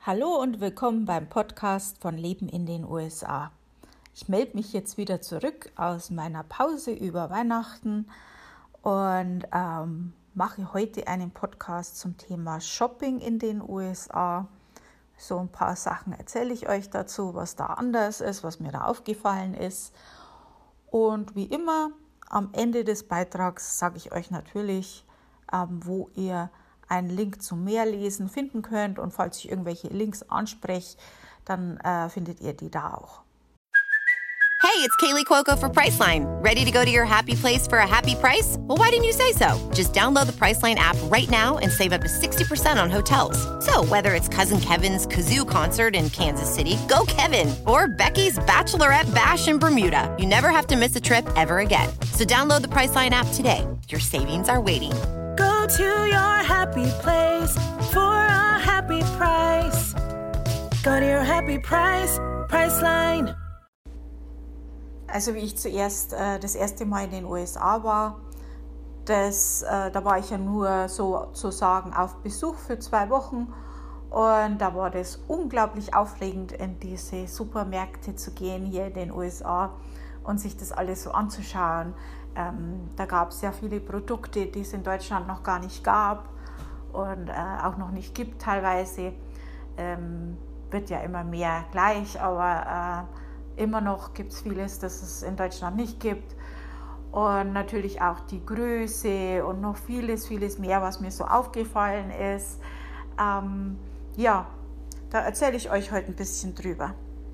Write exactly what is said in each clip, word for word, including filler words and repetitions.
Hallo und willkommen beim Podcast von Leben in den U S A. Ich melde mich jetzt wieder zurück aus meiner Pause über Weihnachten und ähm, mache heute einen Podcast zum Thema Shopping in den U S A. So ein paar Sachen erzähle ich euch dazu, was da anders ist, was mir da aufgefallen ist. Und wie immer, am Ende des Beitrags sage ich euch natürlich, ähm, wo ihr einen Link zum Mehrlesen finden könnt. Und falls ich irgendwelche Links anspreche, dann äh, findet ihr die da auch. Hey, it's Kaylee Cuoco for Priceline. Ready to go to your happy place for a happy price? Well, why didn't you say so? Just download the Priceline app right now and save up to sixty percent on hotels. So whether it's Cousin Kevin's Kazoo Concert in Kansas City, go Kevin, or Becky's Bachelorette Bash in Bermuda, you never have to miss a trip ever again. So download the Priceline app today. Your savings are waiting. Go to your happy place for a happy price. Go to your happy price, Priceline. Also wie ich zuerst äh, das erste Mal in den U S A war, das, äh, da war ich ja nur sozusagen auf Besuch für zwei Wochen und da war das unglaublich aufregend, in diese Supermärkte zu gehen hier in den U S A und sich das alles so anzuschauen. Ähm, da gab es sehr viele Produkte, die es in Deutschland noch gar nicht gab und äh, auch noch nicht gibt teilweise. Ähm, wird ja immer mehr gleich, aber äh, immer noch gibt es vieles, das es in Deutschland nicht gibt. Und natürlich auch die Größe und noch vieles, vieles mehr, was mir so aufgefallen ist. Ähm, ja, da erzähle ich euch heute ein bisschen drüber.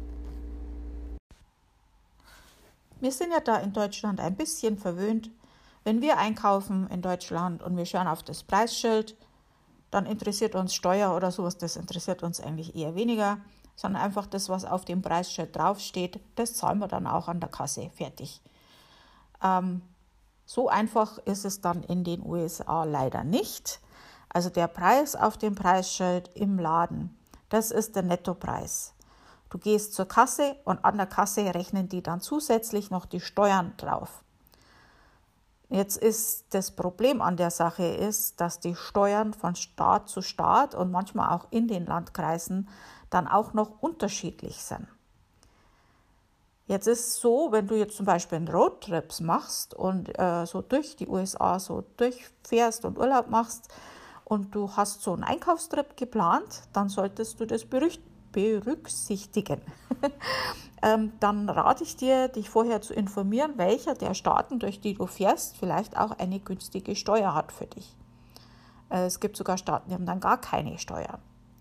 Wir sind ja da in Deutschland ein bisschen verwöhnt. Wenn wir einkaufen in Deutschland und wir schauen auf das Preisschild, dann interessiert uns Steuer oder sowas, das interessiert uns eigentlich eher weniger, sondern einfach das, was auf dem Preisschild draufsteht, das zahlen wir dann auch an der Kasse, fertig. Ähm, so einfach ist es dann in den U S A leider nicht. Also der Preis auf dem Preisschild im Laden, das ist der Nettopreis. Du gehst zur Kasse und an der Kasse rechnen die dann zusätzlich noch die Steuern drauf. Jetzt ist das Problem an der Sache ist, dass die Steuern von Staat zu Staat und manchmal auch in den Landkreisen dann auch noch unterschiedlich sind. Jetzt ist es so, wenn du jetzt zum Beispiel einen Roadtrip machst und äh, so durch die U S A so durchfährst und Urlaub machst und du hast so einen Einkaufstrip geplant, dann solltest du das berücksichtigen. berücksichtigen. ähm, dann rate ich dir, dich vorher zu informieren, welcher der Staaten, durch die du fährst, vielleicht auch eine günstige Steuer hat für dich. Äh, es gibt sogar Staaten, die haben dann gar keine Steuer.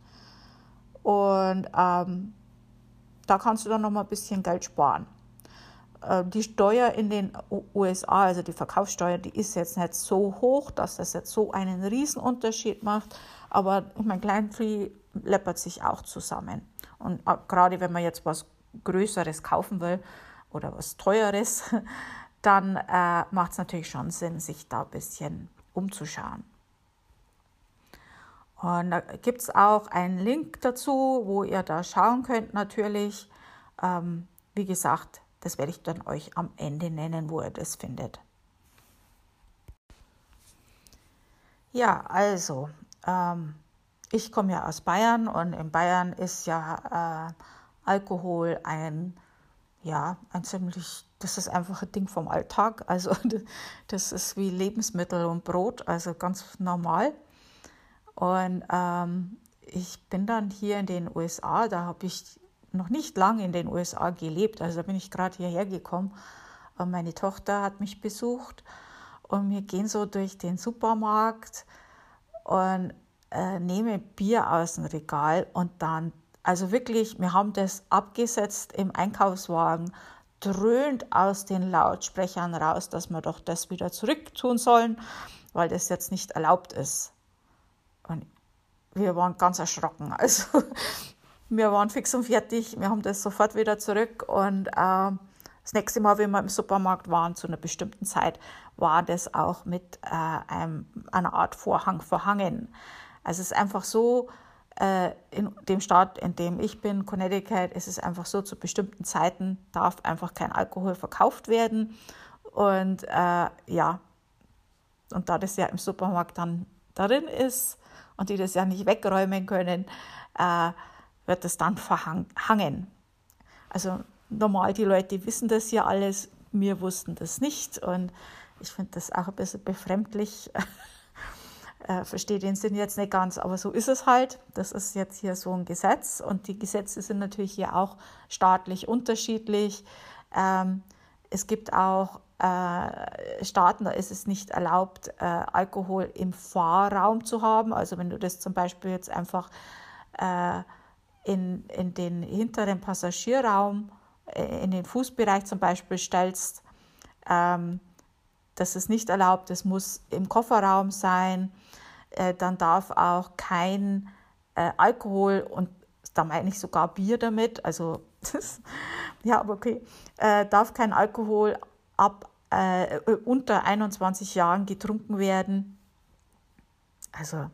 Und ähm, da kannst du dann noch mal ein bisschen Geld sparen. Äh, die Steuer in den U S A, also die Verkaufssteuer, die ist jetzt nicht so hoch, dass das jetzt so einen Riesenunterschied macht. Aber ich meine, Kleinvieh läppert sich auch zusammen. Und gerade wenn man jetzt was Größeres kaufen will oder was Teures, dann äh, macht es natürlich schon Sinn, sich da ein bisschen umzuschauen. Und da gibt es auch einen Link dazu, wo ihr da schauen könnt natürlich. Ähm, wie gesagt, das werde ich dann euch am Ende nennen, wo ihr das findet. Ja, also, ähm, ich komme ja aus Bayern und in Bayern ist ja äh, Alkohol ein, ja, ein ziemlich, das ist einfach ein Ding vom Alltag. Also das ist wie Lebensmittel und Brot, also ganz normal. Und ähm, ich bin dann hier in den U S A, da habe ich noch nicht lange in den U S A gelebt, also da bin ich gerade hierher gekommen. Und meine Tochter hat mich besucht und wir gehen so durch den Supermarkt und äh, nehme Bier aus dem Regal und dann, also wirklich, wir haben das abgesetzt im Einkaufswagen, dröhnt aus den Lautsprechern raus, dass wir doch das wieder zurück tun sollen, weil das jetzt nicht erlaubt ist. Und wir waren ganz erschrocken, also wir waren fix und fertig, wir haben das sofort wieder zurück und äh, das nächste Mal, wenn wir im Supermarkt waren, zu einer bestimmten Zeit, war das auch mit äh, einem, einer Art Vorhang verhangen. Also es ist einfach so, äh, in dem Staat, in dem ich bin, Connecticut, ist es einfach so, zu bestimmten Zeiten darf einfach kein Alkohol verkauft werden. Und äh, ja, und da das ja im Supermarkt dann darin ist und die das ja nicht wegräumen können, äh, wird es dann verhangen. Also normal, die Leute wissen das ja alles, wir wussten das nicht und ich finde das auch ein bisschen befremdlich. äh, verstehe den Sinn jetzt nicht ganz, aber so ist es halt. Das ist jetzt hier so ein Gesetz und die Gesetze sind natürlich hier auch staatlich unterschiedlich. Ähm, es gibt auch äh, Staaten, da ist es nicht erlaubt, äh, Alkohol im Fahrraum zu haben. Also wenn du das zum Beispiel jetzt einfach äh, in, in den hinteren Passagierraum, äh, in den Fußbereich zum Beispiel stellst, ähm, das ist nicht erlaubt, es muss im Kofferraum sein, äh, dann darf auch kein äh, Alkohol und da meine ich sogar Bier damit, also das, ja, aber okay, äh, darf kein Alkohol ab äh, unter einundzwanzig Jahren getrunken werden. Also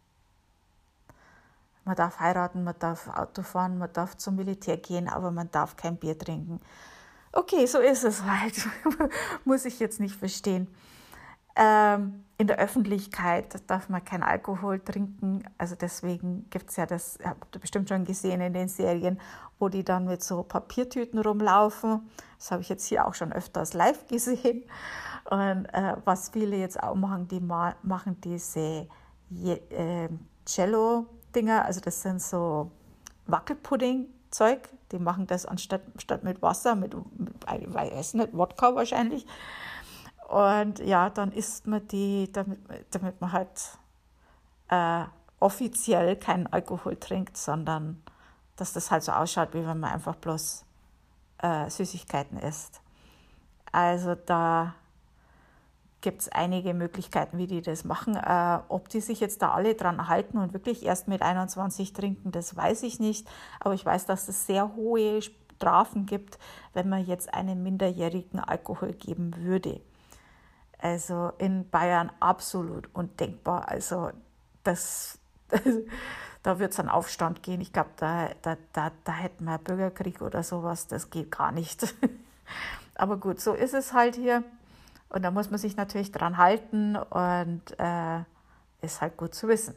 man darf heiraten, man darf Auto fahren, man darf zum Militär gehen, aber man darf kein Bier trinken. Okay, so ist es halt. Muss ich jetzt nicht verstehen. Ähm, in der Öffentlichkeit darf man kein Alkohol trinken. Also deswegen gibt es ja das, habt ihr bestimmt schon gesehen in den Serien, wo die dann mit so Papiertüten rumlaufen. Das habe ich jetzt hier auch schon öfters live gesehen. Und äh, was viele jetzt auch machen, die ma- machen diese Je- äh, Cello-Dinger. Also das sind so Wackelpudding-Zeug. Die machen das anstatt statt mit Wasser, mit, mit ich weiß nicht, Wodka wahrscheinlich. Und ja, dann isst man die, damit, damit man halt äh, offiziell keinen Alkohol trinkt, sondern dass das halt so ausschaut, wie wenn man einfach bloß äh, Süßigkeiten isst. Also da gibt es einige Möglichkeiten, wie die das machen. Äh, ob die sich jetzt da alle dran halten und wirklich erst mit einundzwanzig trinken, das weiß ich nicht. Aber ich weiß, dass es sehr hohe Strafen gibt, wenn man jetzt einem Minderjährigen Alkohol geben würde. Also in Bayern absolut undenkbar. Also das, da wird es einen Aufstand gehen. Ich glaube, da, da, da, da hätten wir Bürgerkrieg oder sowas. Das geht gar nicht. Aber gut, so ist es halt hier. Und da muss man sich natürlich dran halten und äh, ist halt gut zu wissen.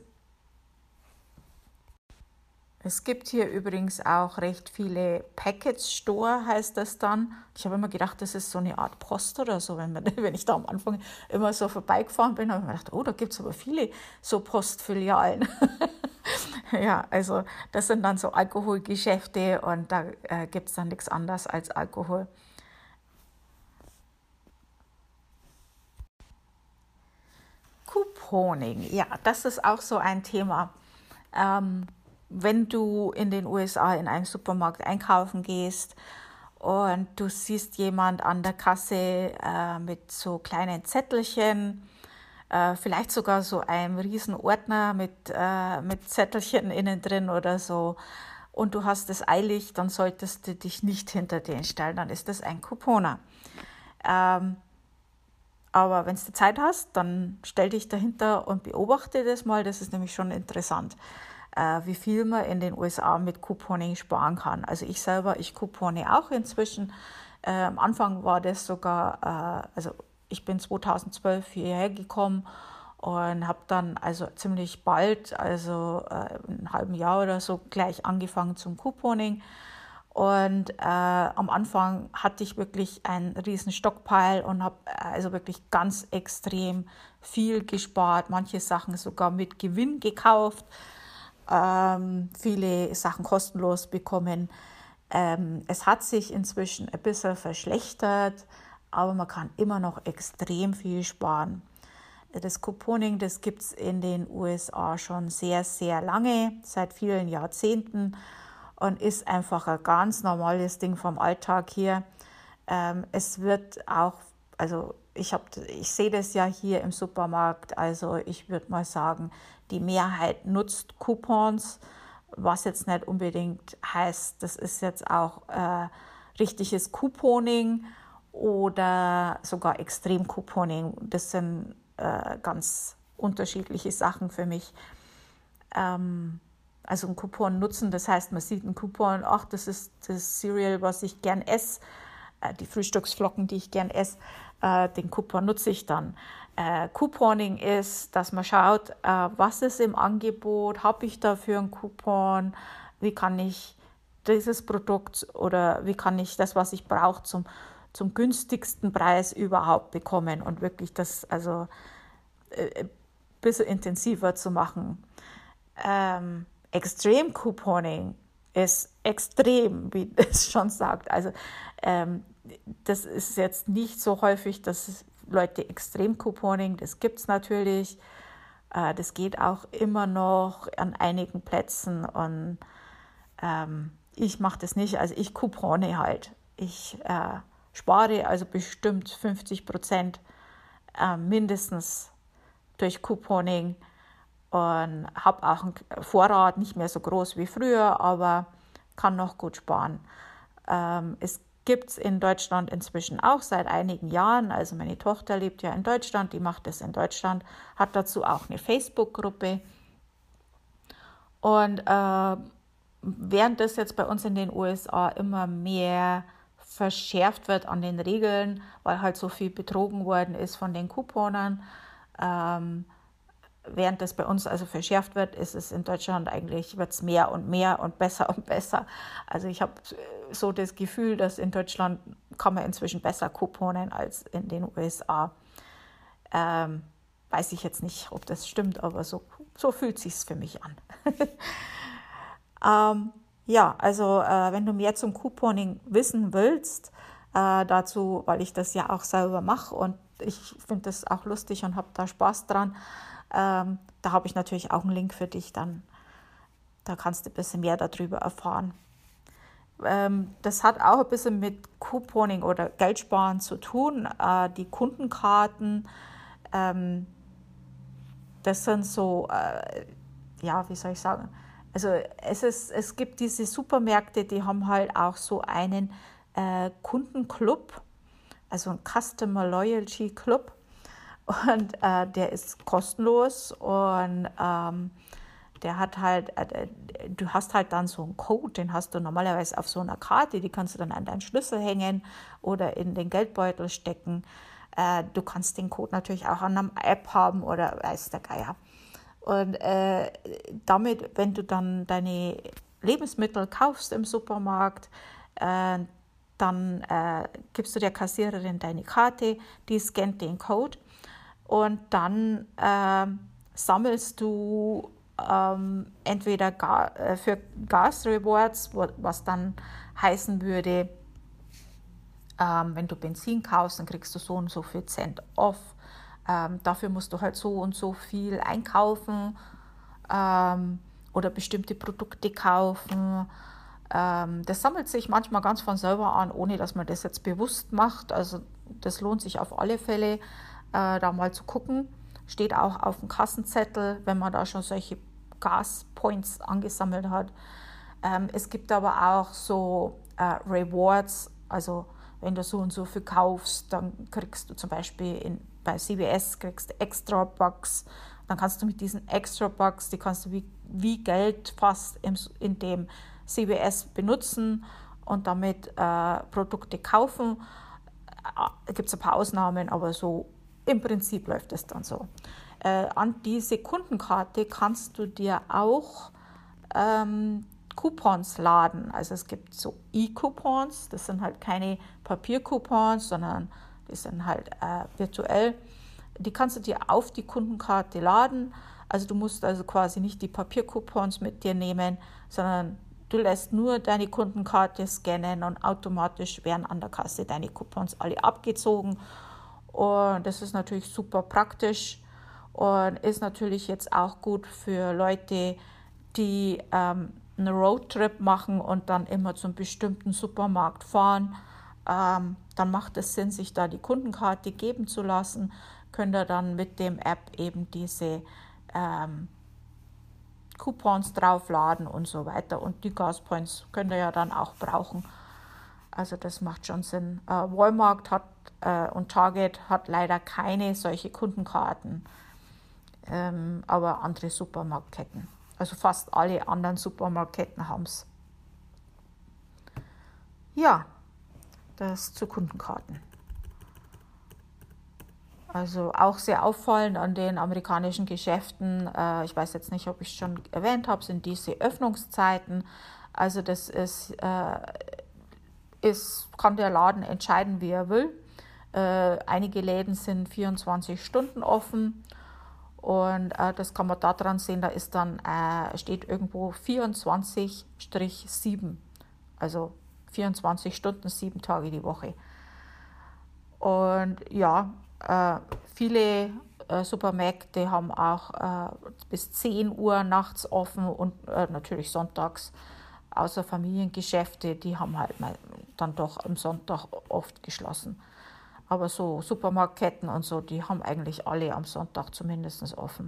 Es gibt hier übrigens auch recht viele Package Store, heißt das dann. Ich habe immer gedacht, das ist so eine Art Post oder so. Wenn, man, wenn ich da am Anfang immer so vorbeigefahren bin, habe ich mir gedacht, oh, da gibt es aber viele so Postfilialen. Ja, also das sind dann so Alkoholgeschäfte und da äh, gibt es dann nichts anderes als Alkohol. Couponing, ja, das ist auch so ein Thema. Ähm, wenn du in den U S A in einem Supermarkt einkaufen gehst und du siehst jemand an der Kasse äh, mit so kleinen Zettelchen, äh, vielleicht sogar so einem riesen Ordner mit, äh, mit Zettelchen innen drin oder so, und du hast es eilig, dann solltest du dich nicht hinter den stellen, dann ist das ein Couponer. Ähm, Aber wenn du Zeit hast, dann stell dich dahinter und beobachte das mal. Das ist nämlich schon interessant, äh, wie viel man in den U S A mit Couponing sparen kann. Also ich selber, ich coupone auch inzwischen. Äh, am Anfang war das sogar, äh, also ich bin zweitausendzwölf hierher gekommen und habe dann also ziemlich bald, also äh, ein halben Jahr oder so, gleich angefangen zum Couponing. Und äh, am Anfang hatte ich wirklich einen riesen Stockpile und habe also wirklich ganz extrem viel gespart, manche Sachen sogar mit Gewinn gekauft, ähm, viele Sachen kostenlos bekommen. Ähm, es hat sich inzwischen ein bisschen verschlechtert, aber man kann immer noch extrem viel sparen. Das Couponing, das gibt es in den U S A schon sehr, sehr lange, seit vielen Jahrzehnten. Und ist einfach ein ganz normales Ding vom Alltag hier. Ähm, es wird auch, also ich, hab, ich sehe das ja hier im Supermarkt, also ich würde mal sagen, die Mehrheit nutzt Coupons, was jetzt nicht unbedingt heißt, das ist jetzt auch äh, richtiges Couponing oder sogar Extrem-Couponing. Das sind äh, ganz unterschiedliche Sachen für mich. Ähm, Also einen Coupon nutzen, das heißt, man sieht einen Coupon, ach, das ist das Cereal, was ich gern esse, äh, die Frühstücksflocken, die ich gern esse, äh, den Coupon nutze ich dann. Äh, Couponing ist, dass man schaut, äh, was ist im Angebot, habe ich dafür einen Coupon, wie kann ich dieses Produkt oder wie kann ich das, was ich brauche, zum, zum günstigsten Preis überhaupt bekommen und wirklich das also äh, ein bisschen intensiver zu machen. Ähm, Extrem Couponing ist extrem, wie es schon sagt. Also ähm, das ist jetzt nicht so häufig, dass Leute extrem Couponing, das gibt es natürlich. Äh, das geht auch immer noch an einigen Plätzen und ähm, ich mache das nicht, also ich coupone halt. Ich äh, spare also bestimmt fünfzig Prozent äh, mindestens durch Couponing und habe auch einen Vorrat, nicht mehr so groß wie früher, aber kann noch gut sparen. Ähm, es gibt es in Deutschland inzwischen auch seit einigen Jahren. Also meine Tochter lebt ja in Deutschland, die macht das in Deutschland, hat dazu auch eine Facebook-Gruppe. Und äh, während das jetzt bei uns in den U S A immer mehr verschärft wird an den Regeln, weil halt so viel betrogen worden ist von den Couponern, ähm, während das bei uns also verschärft wird, ist es in Deutschland eigentlich, wird es mehr und mehr und besser und besser. Also ich habe so das Gefühl, dass in Deutschland kann man inzwischen besser couponen als in den U S A. Ähm, weiß ich jetzt nicht, ob das stimmt, aber so, so fühlt es sich für mich an. ähm, ja, also äh, wenn du mehr zum Couponing wissen willst, äh, dazu, weil ich das ja auch selber mache und ich finde das auch lustig und habe da Spaß dran, ähm, da habe ich natürlich auch einen Link für dich, dann da kannst du ein bisschen mehr darüber erfahren. Ähm, das hat auch ein bisschen mit Couponing oder Geldsparen zu tun. Äh, die Kundenkarten, ähm, das sind so, äh, ja, wie soll ich sagen, also es, ist, es gibt diese Supermärkte, die haben halt auch so einen äh, Kundenclub, also ein Customer Loyalty Club. Und äh, der ist kostenlos und ähm, der hat halt, äh, du hast halt dann so einen Code, den hast du normalerweise auf so einer Karte, die kannst du dann an deinen Schlüssel hängen oder in den Geldbeutel stecken. Äh, du kannst den Code natürlich auch an einer App haben oder weiß der Geier. Und äh, damit, wenn du dann deine Lebensmittel kaufst im Supermarkt, äh, dann äh, gibst du der Kassiererin deine Karte, die scannt den Code. Und dann äh, sammelst du ähm, entweder Ga- äh, für Gas Rewards, wo, was dann heißen würde, ähm, wenn du Benzin kaufst, dann kriegst du so und so viel Cent off. Ähm, dafür musst du halt so und so viel einkaufen ähm, oder bestimmte Produkte kaufen. Ähm, das sammelt sich manchmal ganz von selber an, ohne dass man das jetzt bewusst macht. Also das lohnt sich auf alle Fälle, äh, da mal zu gucken. Steht auch auf dem Kassenzettel, wenn man da schon solche Gas-Points angesammelt hat. Ähm, es gibt aber auch so äh, Rewards, also wenn du so und so viel kaufst, dann kriegst du zum Beispiel in, bei C V S kriegst du Extra Bucks. Dann kannst du mit diesen Extra Bucks, die kannst du wie, wie Geld fast im, in dem C V S benutzen und damit äh, Produkte kaufen. Äh, gibt es ein paar Ausnahmen, aber so im Prinzip läuft es dann so. Äh, an diese Kundenkarte kannst du dir auch ähm, Coupons laden. Also es gibt so E-Coupons, das sind halt keine Papiercoupons, sondern die sind halt äh, virtuell. Die kannst du dir auf die Kundenkarte laden. Also du musst also quasi nicht die Papiercoupons mit dir nehmen, sondern du lässt nur deine Kundenkarte scannen und automatisch werden an der Kasse deine Coupons alle abgezogen. Und das ist natürlich super praktisch und ist natürlich jetzt auch gut für Leute, die ähm, einen Roadtrip machen und dann immer zum bestimmten Supermarkt fahren. Ähm, dann macht es Sinn, sich da die Kundenkarte geben zu lassen. Könnt ihr dann mit dem App eben diese ähm, Coupons draufladen und so weiter. Und die Gaspoints könnt ihr ja dann auch brauchen. Also das macht schon Sinn. Äh, Walmart hat äh, und Target hat leider keine solche Kundenkarten, ähm, aber andere Supermarktketten. Also fast alle anderen Supermarktketten haben es. Ja, das zu Kundenkarten. Also auch sehr auffallend an den amerikanischen Geschäften, äh, ich weiß jetzt nicht, ob ich es schon erwähnt habe, sind diese Öffnungszeiten. Also das ist, äh, ist, kann der Laden entscheiden, wie er will. Äh, einige Läden sind vierundzwanzig Stunden offen und äh, das kann man daran sehen, da ist dann, äh, steht irgendwo vierundzwanzig sieben, also vierundzwanzig Stunden, sieben Tage die Woche. Und ja, äh, viele äh, Supermärkte haben auch äh, bis zehn Uhr nachts offen und äh, natürlich sonntags, außer Familiengeschäfte, die haben halt mal dann doch am Sonntag oft geschlossen. Aber so Supermarktketten und so, die haben eigentlich alle am Sonntag zumindest offen.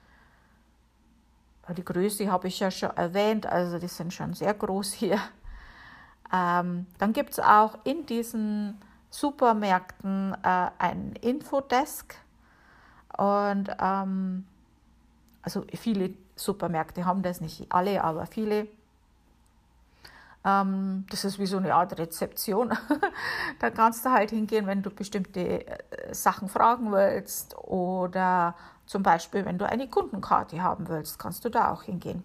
Die Größe habe ich ja schon erwähnt, also die sind schon sehr groß hier. Ähm, dann gibt es auch in diesen Supermärkten äh, einen Infodesk. Und ähm, also viele Supermärkte haben das, nicht alle, aber viele. Ähm, das ist wie so eine Art Rezeption. Da kannst du halt hingehen, wenn du bestimmte äh, Sachen fragen willst oder zum Beispiel, wenn du eine Kundenkarte haben willst, kannst du da auch hingehen.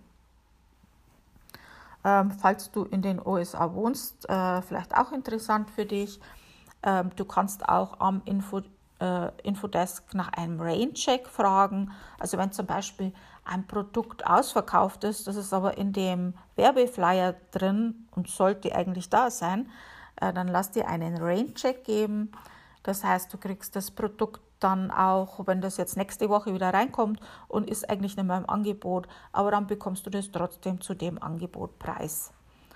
Ähm, falls du in den U S A wohnst, äh, vielleicht auch interessant für dich, ähm, du kannst auch am Info, äh, Infodesk nach einem Raincheck fragen. Also wenn zum Beispiel ein Produkt ausverkauft ist, das ist aber in dem Werbeflyer drin und sollte eigentlich da sein, äh, dann lass dir einen Raincheck geben. Das heißt, du kriegst das Produkt dann auch, wenn das jetzt nächste Woche wieder reinkommt und ist eigentlich nicht mehr im Angebot, aber dann bekommst du das trotzdem zu dem Angebotpreis.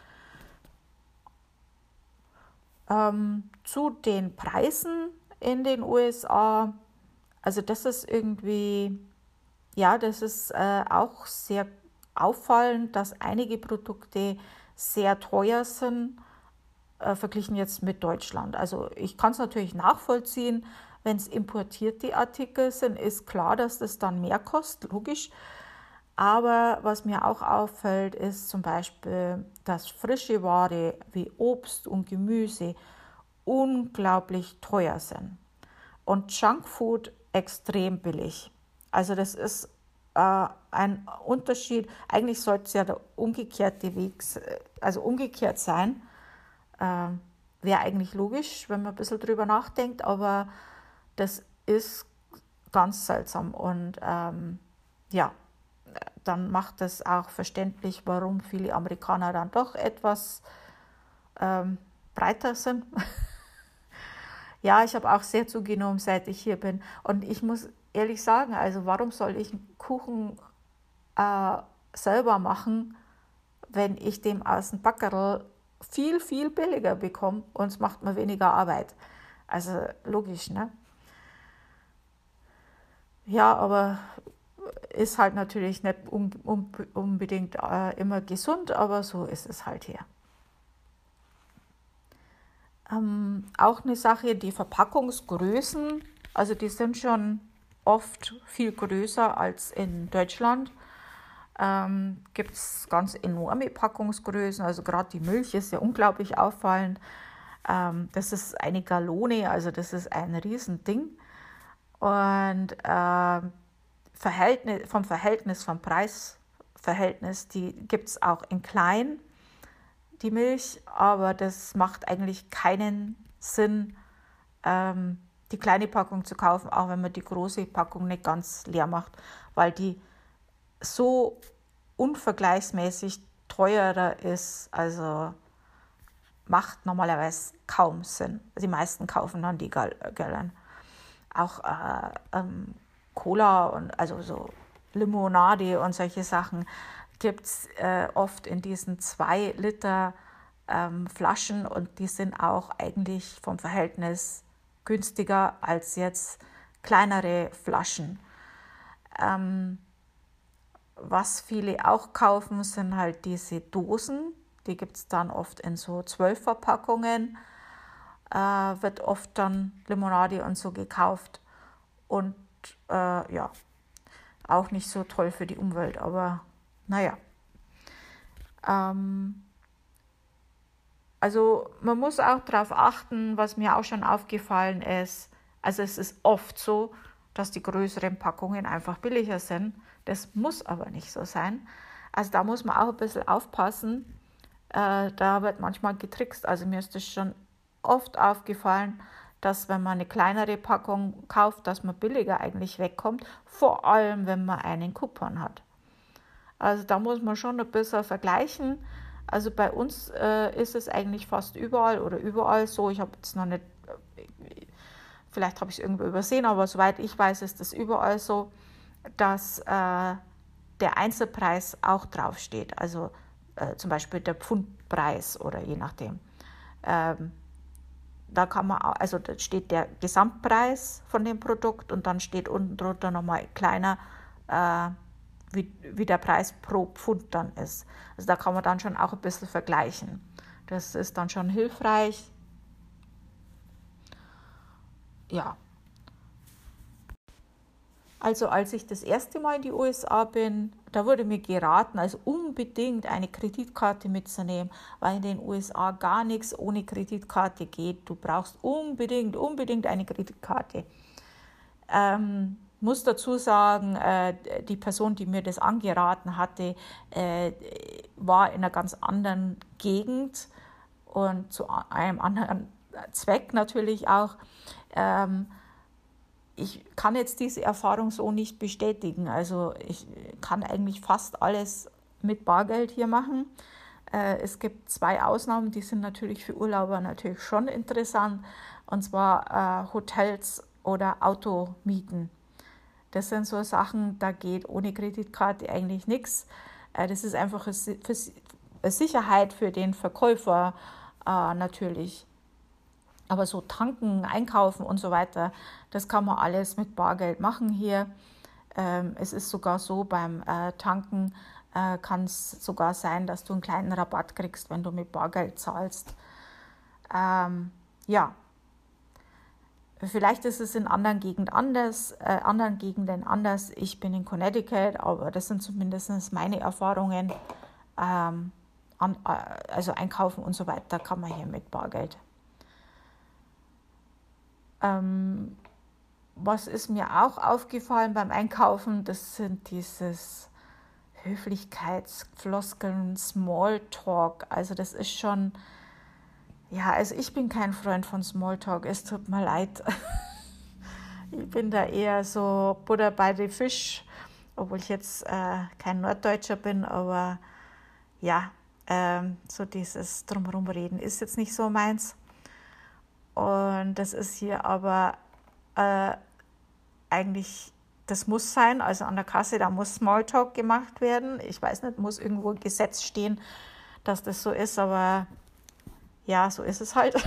Ähm, zu den Preisen in den U S A, also das ist irgendwie, ja, das ist äh, auch sehr auffallend, dass einige Produkte sehr teuer sind, äh, verglichen jetzt mit Deutschland. Also ich kann es natürlich nachvollziehen, wenn es importierte Artikel sind, ist klar, dass das dann mehr kostet, logisch. Aber was mir auch auffällt, ist zum Beispiel, dass frische Ware wie Obst und Gemüse unglaublich teuer sind und Junkfood extrem billig. Also das ist äh, ein Unterschied. Eigentlich sollte es ja der umgekehrte Weg, also umgekehrt sein. Äh, Wäre eigentlich logisch, wenn man ein bisschen drüber nachdenkt, aber das ist ganz seltsam und ähm, ja, dann macht es auch verständlich, warum viele Amerikaner dann doch etwas ähm, breiter sind. Ja, ich habe auch sehr zugenommen, seit ich hier bin. Und ich muss ehrlich sagen, also warum soll ich einen Kuchen äh, selber machen, wenn ich dem aus dem Backerl viel, viel billiger bekomme und es macht mir weniger Arbeit. Also logisch, ne? Ja, aber ist halt natürlich nicht un, un, unbedingt äh, immer gesund, aber so ist es halt hier. Ähm, auch eine Sache, die Verpackungsgrößen, also die sind schon oft viel größer als in Deutschland. Ähm, gibt es ganz enorme Packungsgrößen, also gerade die Milch ist ja unglaublich auffallend. Ähm, das ist eine Gallone, also das ist ein Riesending. Und äh, Verhältnis, vom Verhältnis, vom Preisverhältnis, die gibt es auch in klein, die Milch, aber das macht eigentlich keinen Sinn, ähm, die kleine Packung zu kaufen, auch wenn man die große Packung nicht ganz leer macht, weil die so unvergleichsmäßig teurer ist, also macht normalerweise kaum Sinn. Die meisten kaufen dann die Gallon. Auch äh, ähm, Cola und also so Limonade und solche Sachen gibt es äh, oft in diesen zwei Liter ähm, Flaschen und die sind auch eigentlich vom Verhältnis günstiger als jetzt kleinere Flaschen. Ähm, was viele auch kaufen, sind halt diese Dosen. Die gibt es dann oft in so zwölf Verpackungen. Äh, wird oft dann Limonade und so gekauft. Und äh, ja, auch nicht so toll für die Umwelt, aber naja. Ähm, also man muss auch darauf achten, was mir auch schon aufgefallen ist. Also es ist oft so, dass die größeren Packungen einfach billiger sind. Das muss aber nicht so sein. Also da muss man auch ein bisschen aufpassen. Äh, da wird manchmal getrickst. Also mir ist das schon oft aufgefallen, dass wenn man eine kleinere Packung kauft, dass man billiger eigentlich wegkommt. Vor allem, wenn man einen Coupon hat. Also da muss man schon ein bisschen vergleichen. Also bei uns äh, ist es eigentlich fast überall oder überall so. Ich habe jetzt noch nicht, vielleicht habe ich es irgendwo übersehen, aber soweit ich weiß, ist es überall so, dass äh, der Einzelpreis auch draufsteht. Also äh, zum Beispiel der Pfundpreis oder je nachdem. Ähm, da kann man auch, also da steht der Gesamtpreis von dem Produkt und dann steht unten drunter nochmal kleiner, äh, wie, wie der Preis pro Pfund dann ist. Also da kann man dann schon auch ein bisschen vergleichen. Das ist dann schon hilfreich. Ja. Also als ich das erste Mal in die U S A bin, da wurde mir geraten, also unbedingt eine Kreditkarte mitzunehmen, weil in den U S A gar nichts ohne Kreditkarte geht. Du brauchst unbedingt, unbedingt eine Kreditkarte. Ähm, muss dazu sagen, äh, die Person, die mir das angeraten hatte, äh, war in einer ganz anderen Gegend und zu einem anderen Zweck natürlich auch. Ähm, ich kann jetzt diese Erfahrung so nicht bestätigen. Also ich kann eigentlich fast alles mit Bargeld hier machen. Äh, es gibt zwei Ausnahmen, die sind natürlich für Urlauber natürlich schon interessant, und zwar äh, Hotels oder Automieten. Das sind so Sachen, da geht ohne Kreditkarte eigentlich nichts. Das ist einfach eine Sicherheit für den Verkäufer äh, natürlich. Aber so tanken, einkaufen und so weiter, das kann man alles mit Bargeld machen hier. Ähm, es ist sogar so, beim äh, Tanken äh, kann es sogar sein, dass du einen kleinen Rabatt kriegst, wenn du mit Bargeld zahlst. Ähm, ja. Vielleicht ist es in anderen Gegenden anders, äh, anderen Gegenden anders. Ich bin in Connecticut, aber das sind zumindest meine Erfahrungen. Ähm, an, äh, also einkaufen und so weiter kann man hier mit Bargeld. Ähm, was ist mir auch aufgefallen beim Einkaufen? Das sind dieses Höflichkeitsfloskeln, Smalltalk. Also das ist schon... Ja, also ich bin kein Freund von Smalltalk, es tut mir leid. Ich bin da eher so Butter bei den Fisch, obwohl ich jetzt äh, kein Norddeutscher bin, aber ja, ähm, so dieses Drumherum reden ist jetzt nicht so meins. Und das ist hier aber äh, eigentlich, das muss sein, also an der Kasse, da muss Smalltalk gemacht werden. Ich weiß nicht, muss irgendwo ein Gesetz stehen, dass das so ist, aber... Ja, so ist es halt.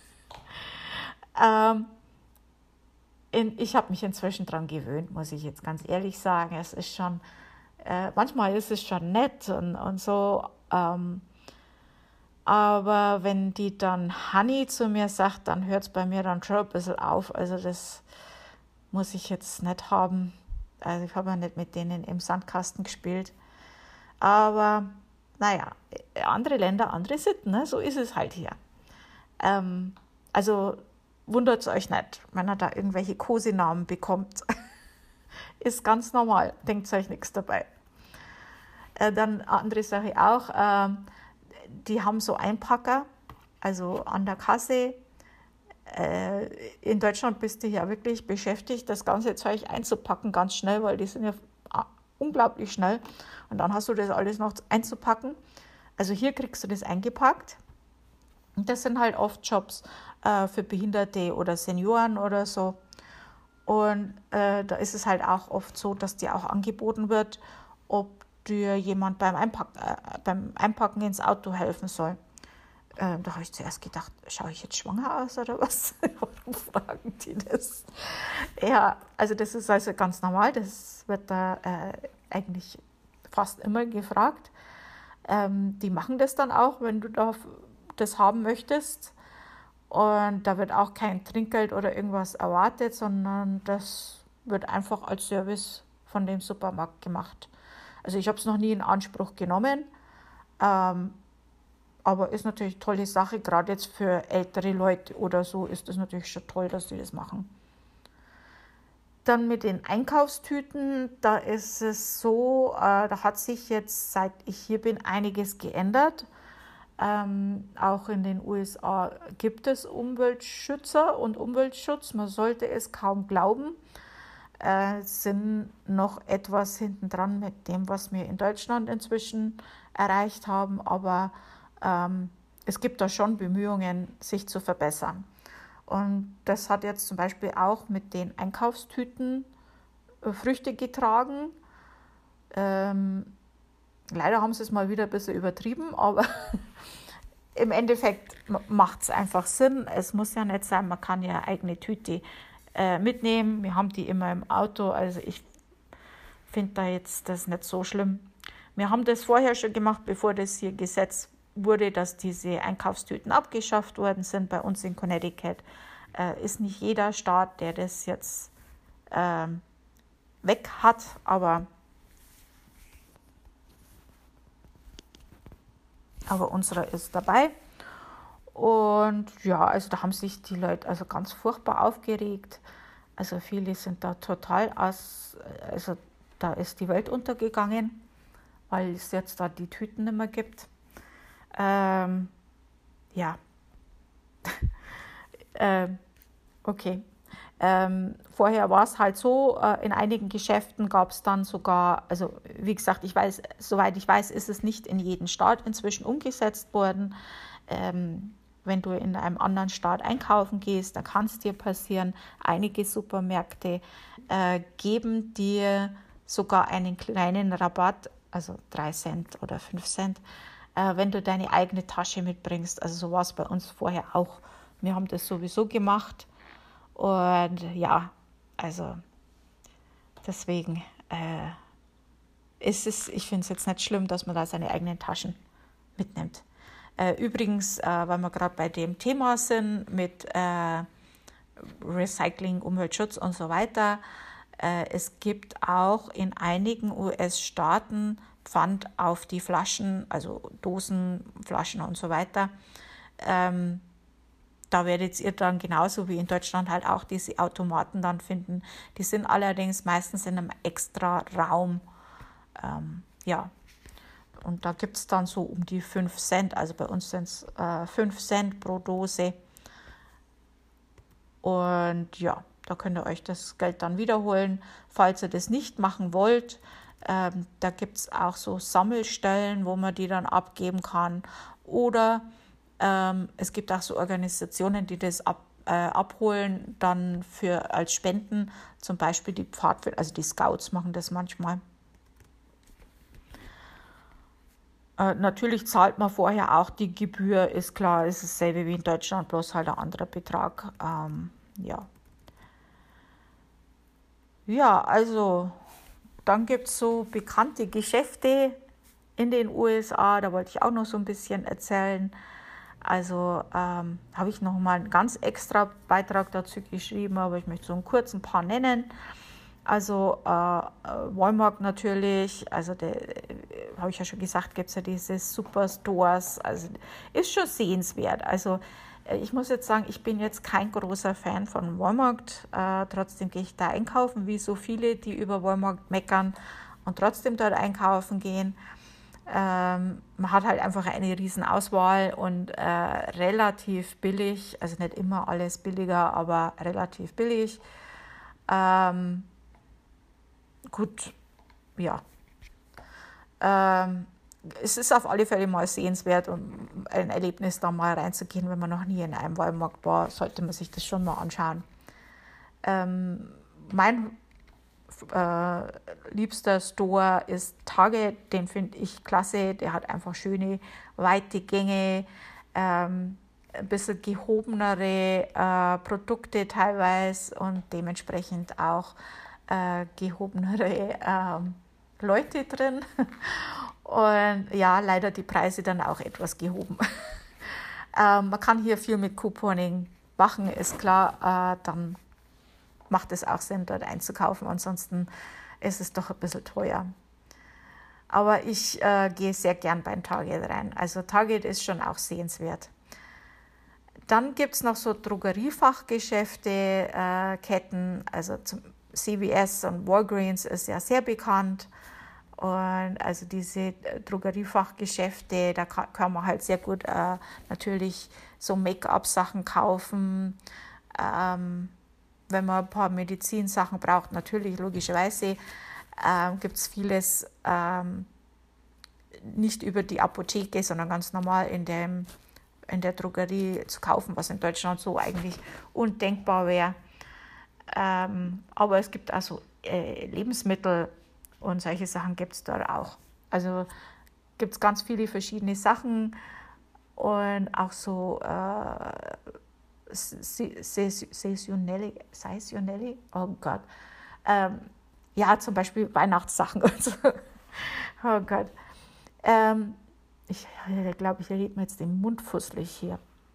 ähm, in, ich habe mich inzwischen dran gewöhnt, muss ich jetzt ganz ehrlich sagen. Es ist schon, äh, manchmal ist es schon nett und, und so. Ähm, aber wenn die dann Honey zu mir sagt, dann hört es bei mir dann schon ein bisschen auf. Also das muss ich jetzt nicht haben. Also ich habe ja nicht mit denen im Sandkasten gespielt. Aber... Naja, andere Länder, andere Sitten, ne? So ist es halt hier. Ähm, also wundert euch nicht, wenn er da irgendwelche Kosenamen bekommt. Ist ganz normal, denkt euch nichts dabei. Äh, dann andere Sache auch, äh, die haben so Einpacker, also an der Kasse. Äh, in Deutschland bist du ja wirklich beschäftigt, das ganze Zeug einzupacken, ganz schnell, weil die sind ja unglaublich schnell. Und dann hast du das alles noch einzupacken. Also hier kriegst du das eingepackt. Und das sind halt oft Jobs äh, für Behinderte oder Senioren oder so. Und äh, da ist es halt auch oft so, dass dir auch angeboten wird, ob dir jemand beim, Einpack, äh, beim Einpacken ins Auto helfen soll. Äh, da habe ich zuerst gedacht, schaue ich jetzt schwanger aus oder was? Warum fragen die das? Ja, also das ist also ganz normal. Das wird da äh, eigentlich fast immer gefragt. Ähm, die machen das dann auch, wenn du da das haben möchtest. Und da wird auch kein Trinkgeld oder irgendwas erwartet, sondern das wird einfach als Service von dem Supermarkt gemacht. Also ich habe es noch nie in Anspruch genommen, ähm, aber ist natürlich eine tolle Sache, gerade jetzt für ältere Leute oder so ist es natürlich schon toll, dass sie das machen. Dann mit den Einkaufstüten, da ist es so, äh, da hat sich jetzt, seit ich hier bin, einiges geändert. Ähm, auch in den U S A gibt es Umweltschützer und Umweltschutz, man sollte es kaum glauben. Äh, sind noch etwas hintendran mit dem, was wir in Deutschland inzwischen erreicht haben, aber ähm, es gibt da schon Bemühungen, sich zu verbessern. Und das hat jetzt zum Beispiel auch mit den Einkaufstüten äh, Früchte getragen. Ähm, leider haben sie es mal wieder ein bisschen übertrieben, aber im Endeffekt macht es einfach Sinn. Es muss ja nicht sein, man kann ja eine eigene Tüte äh, mitnehmen. Wir haben die immer im Auto, also ich finde da jetzt das nicht so schlimm. Wir haben das vorher schon gemacht, bevor das hier Gesetz wurde, dass diese Einkaufstüten abgeschafft worden sind. Bei uns in Connecticut äh, ist nicht jeder Staat, der das jetzt äh, weg hat, aber, aber unsere ist dabei. Und ja, also da haben sich die Leute also ganz furchtbar aufgeregt. Also viele sind da total aus, also da ist die Welt untergegangen, weil es jetzt da die Tüten nicht mehr gibt. Ähm, ja, ähm, okay. Ähm, vorher war es halt so, äh, in einigen Geschäften gab es dann sogar, also wie gesagt, ich weiß, soweit ich weiß, ist es nicht in jedem Staat inzwischen umgesetzt worden. Ähm, wenn du in einem anderen Staat einkaufen gehst, dann kann es dir passieren, einige Supermärkte äh, geben dir sogar einen kleinen Rabatt, also drei Cent oder fünf Cent, wenn du deine eigene Tasche mitbringst. Also so war es bei uns vorher auch. Wir haben das sowieso gemacht. Und ja, also deswegen äh, ist es, ich finde es jetzt nicht schlimm, dass man da seine eigenen Taschen mitnimmt. Äh, übrigens, äh, weil wir gerade bei dem Thema sind mit äh, Recycling, Umweltschutz und so weiter, äh, es gibt auch in einigen U S-Staaten Pfand auf die Flaschen, also Dosen, Flaschen und so weiter. Ähm, da werdet ihr dann genauso wie in Deutschland halt auch diese Automaten dann finden. Die sind allerdings meistens in einem extra Raum. Ähm, ja, und da gibt es dann so um die fünf Cent, also bei uns sind es äh, fünf Cent pro Dose. Und ja, da könnt ihr euch das Geld dann wiederholen. Falls ihr das nicht machen wollt, Ähm, da gibt es auch so Sammelstellen, wo man die dann abgeben kann. Oder ähm, es gibt auch so Organisationen, die das ab, äh, abholen, dann für als Spenden, zum Beispiel die Pfadfinder, also die Scouts machen das manchmal. Äh, natürlich zahlt man vorher auch die Gebühr, ist klar, ist dasselbe wie in Deutschland, bloß halt ein anderer Betrag. Ähm, ja. Ja, also dann gibt es so bekannte Geschäfte in den U S A, da wollte ich auch noch so ein bisschen erzählen. Also ähm, habe ich noch mal einen ganz extra Beitrag dazu geschrieben, aber ich möchte so einen kurzen paar nennen. Also äh, Walmart natürlich, also der, habe ich ja schon gesagt, gibt es ja diese Superstores, also ist schon sehenswert. Also ich muss jetzt sagen, ich bin jetzt kein großer Fan von Walmart, äh, trotzdem gehe ich da einkaufen, wie so viele, die über Walmart meckern und trotzdem dort einkaufen gehen. Ähm, man hat halt einfach eine riesen Auswahl und äh, relativ billig, also nicht immer alles billiger, aber relativ billig. Ähm, gut, ja. Ähm, es ist auf alle Fälle mal sehenswert und ein Erlebnis, da mal reinzugehen, wenn man noch nie in einem Walmart war, sollte man sich das schon mal anschauen. Ähm, mein äh, liebster Store ist Target, den finde ich klasse, der hat einfach schöne, weite Gänge, ähm, ein bisschen gehobenere äh, Produkte teilweise und dementsprechend auch äh, gehobenere äh, Leute drin. Und ja, leider die Preise dann auch etwas gehoben. ähm, man kann hier viel mit Couponing machen, ist klar, äh, dann macht es auch Sinn, dort einzukaufen. Ansonsten ist es doch ein bisschen teuer. Aber ich äh, gehe sehr gern beim Target rein. Also Target ist schon auch sehenswert. Dann gibt es noch so Drogeriefachgeschäfte, äh, Ketten, also zum C V S und Walgreens ist ja sehr bekannt. Und also diese Drogeriefachgeschäfte, da kann, kann man halt sehr gut äh, natürlich so Make-up-Sachen kaufen. Ähm, wenn man ein paar Medizinsachen braucht, natürlich logischerweise äh, gibt es vieles ähm, nicht über die Apotheke, sondern ganz normal in, dem, in der Drogerie zu kaufen, was in Deutschland so eigentlich undenkbar wäre. Ähm, aber es gibt also äh, Lebensmittel und solche Sachen gibt es dort auch. Also gibt es ganz viele verschiedene Sachen und auch so äh, saisonelle, saisonelle, oh Gott, ähm, ja, zum Beispiel Weihnachtssachen und so. Oh Gott. Ähm, ich glaube, ich rede mir jetzt den Mund fusselig hier.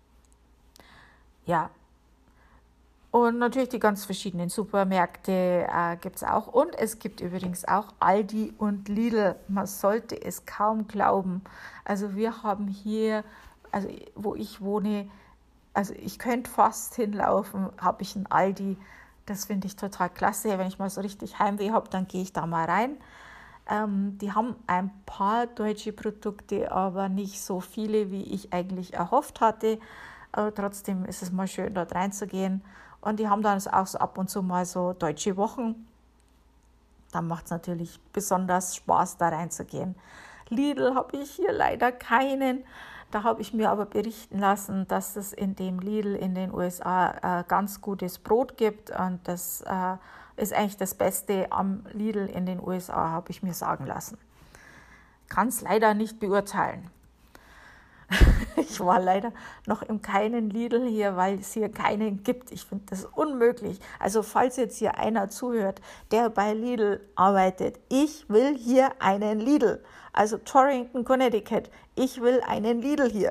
Ja. Und natürlich die ganz verschiedenen Supermärkte äh, gibt es auch. Und es gibt übrigens auch Aldi und Lidl. Man sollte es kaum glauben. Also wir haben hier, also wo ich wohne, also ich könnte fast hinlaufen, habe ich ein Aldi. Das finde ich total klasse. Wenn ich mal so richtig Heimweh habe, dann gehe ich da mal rein. Ähm, die haben ein paar deutsche Produkte, aber nicht so viele, wie ich eigentlich erhofft hatte. Aber trotzdem ist es mal schön, dort reinzugehen. Und die haben dann auch so ab und zu mal so deutsche Wochen. Dann macht es natürlich besonders Spaß, da reinzugehen. Lidl habe ich hier leider keinen. Da habe ich mir aber berichten lassen, dass es in dem Lidl in den U S A äh, ganz gutes Brot gibt. Und das äh, ist eigentlich das Beste am Lidl in den U S A, habe ich mir sagen lassen. Kann es leider nicht beurteilen. Ich war leider noch in keinen Lidl hier, weil es hier keinen gibt. Ich finde das unmöglich. Also falls jetzt hier einer zuhört, der bei Lidl arbeitet, ich will hier einen Lidl. Also Torrington, Connecticut, ich will einen Lidl hier.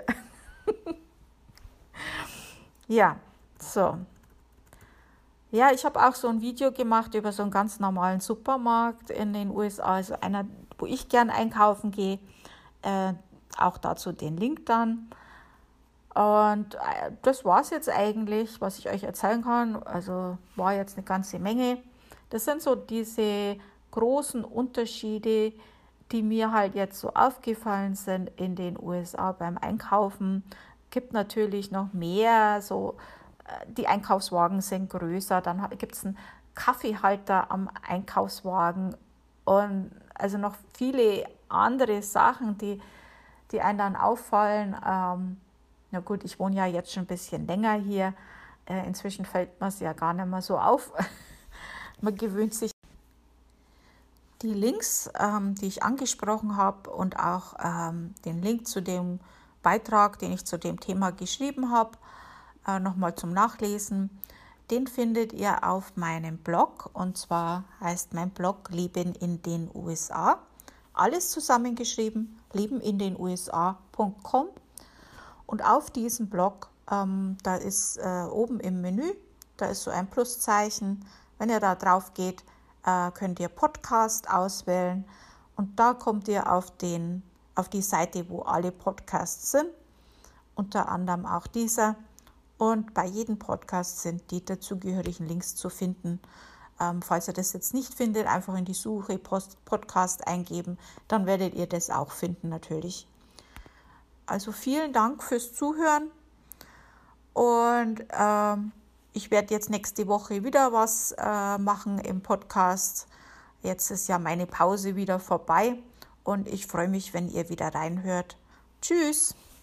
Ja, so. Ja, ich habe auch so ein Video gemacht über so einen ganz normalen Supermarkt in den U S A, also einer, wo ich gern einkaufen gehe. Äh, auch dazu den Link dann. Und das war es jetzt eigentlich, was ich euch erzählen kann. Also war jetzt eine ganze Menge. Das sind so diese großen Unterschiede, die mir halt jetzt so aufgefallen sind in den U S A beim Einkaufen. Gibt natürlich noch mehr, so die Einkaufswagen sind größer, dann gibt es einen Kaffeehalter am Einkaufswagen und also noch viele andere Sachen, die die einem dann auffallen. Ähm, na gut, ich wohne ja jetzt schon ein bisschen länger hier. Äh, inzwischen fällt mir es ja gar nicht mehr so auf. Man gewöhnt sich. Die Links, ähm, die ich angesprochen habe und auch ähm, den Link zu dem Beitrag, den ich zu dem Thema geschrieben habe, äh, nochmal zum Nachlesen, den findet ihr auf meinem Blog. Und zwar heißt mein Blog Leben in den U S A. Alles zusammengeschrieben, leben in den U S A punkt com. Und auf diesem Blog, ähm, da ist äh, oben im Menü, da ist so ein Pluszeichen. Wenn ihr da drauf geht, äh, könnt ihr Podcast auswählen. Und da kommt ihr auf, den, auf die Seite, wo alle Podcasts sind. Unter anderem auch dieser. Und bei jedem Podcast sind die dazugehörigen Links zu finden. Ähm, falls ihr das jetzt nicht findet, einfach in die Suche Post- Podcast eingeben, dann werdet ihr das auch finden natürlich. Also vielen Dank fürs Zuhören und ähm, ich werde jetzt nächste Woche wieder was äh, machen im Podcast. Jetzt ist ja meine Pause wieder vorbei und ich freue mich, wenn ihr wieder reinhört. Tschüss!